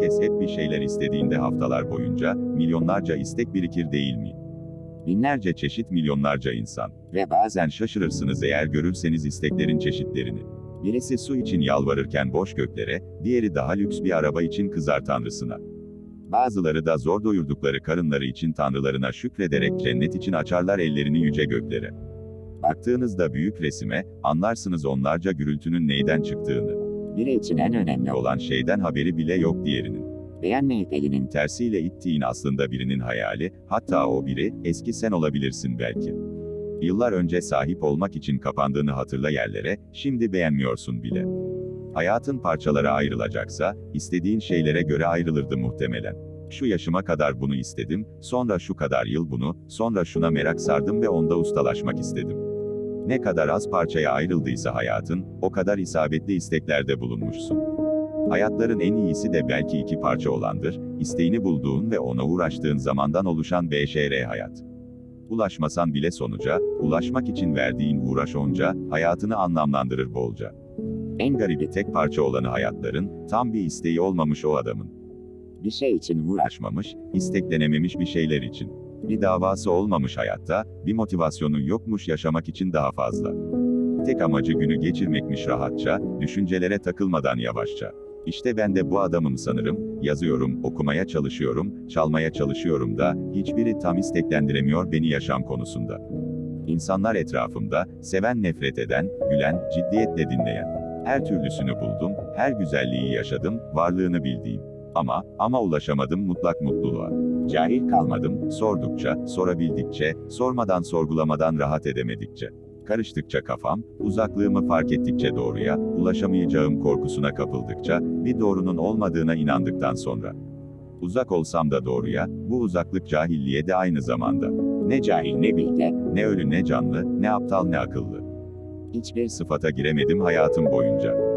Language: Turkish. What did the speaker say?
Herkes hep bir şeyler istediğinde haftalar boyunca, milyonlarca istek birikir değil mi? Binlerce çeşit milyonlarca insan. Ve bazen şaşırırsınız eğer görürseniz isteklerin çeşitlerini. Birisi su için yalvarırken boş göklere, diğeri daha lüks bir araba için kızar tanrısına. Bazıları da zor doyurdukları karınları için tanrılarına şükrederek cennet için açarlar ellerini yüce göklere. Baktığınızda büyük resime, anlarsınız onlarca gürültünün neyden çıktığını. Biri için en önemli olan şeyden haberi bile yok diğerinin. Beğenmeyip elinin tersiyle ittiğin aslında birinin hayali, hatta o biri, eski sen olabilirsin belki. Yıllar önce sahip olmak için kapandığını hatırla yerlere, şimdi beğenmiyorsun bile. Hayatın parçalara ayrılacaksa, istediğin şeylere göre ayrılırdı muhtemelen. Şu yaşıma kadar bunu istedim, sonra şu kadar yıl bunu, sonra şuna merak sardım ve onda ustalaşmak istedim. Ne kadar az parçaya ayrıldıysa hayatın, o kadar isabetli isteklerde bulunmuşsun. Hayatların en iyisi de belki iki parça olandır, isteğini bulduğun ve ona uğraştığın zamandan oluşan BŞR hayat. Ulaşmasan bile sonuca, ulaşmak için verdiğin uğraş onca, hayatını anlamlandırır bolca. En garibi tek parça olanı hayatların, tam bir isteği olmamış o adamın. Bir şey için uğraşmamış, isteklenememiş bir şeyler için. Bir davası olmamış hayatta, bir motivasyonu yokmuş yaşamak için daha fazla. Tek amacı günü geçirmekmiş rahatça, düşüncelere takılmadan yavaşça. İşte ben de bu adamım sanırım, yazıyorum, okumaya çalışıyorum, çalmaya çalışıyorum da, hiçbiri tam isteklendiremiyor beni yaşam konusunda. İnsanlar etrafımda, seven nefret eden, gülen, ciddiyetle dinleyen. Her türlüsünü buldum, her güzelliği yaşadım, varlığını bildiğim. Ama ulaşamadım mutlak mutluluğa. Cahil kalmadım, sordukça, sorabildikçe, sormadan sorgulamadan rahat edemedikçe. Karıştıkça kafam, uzaklığımı fark ettikçe doğruya, ulaşamayacağım korkusuna kapıldıkça, bir doğrunun olmadığına inandıktan sonra. Uzak olsam da doğruya, bu uzaklık cahilliğe de aynı zamanda. Ne cahil ne bilge, ne ölü ne canlı, ne aptal ne akıllı. Hiçbir sıfata giremedim hayatım boyunca.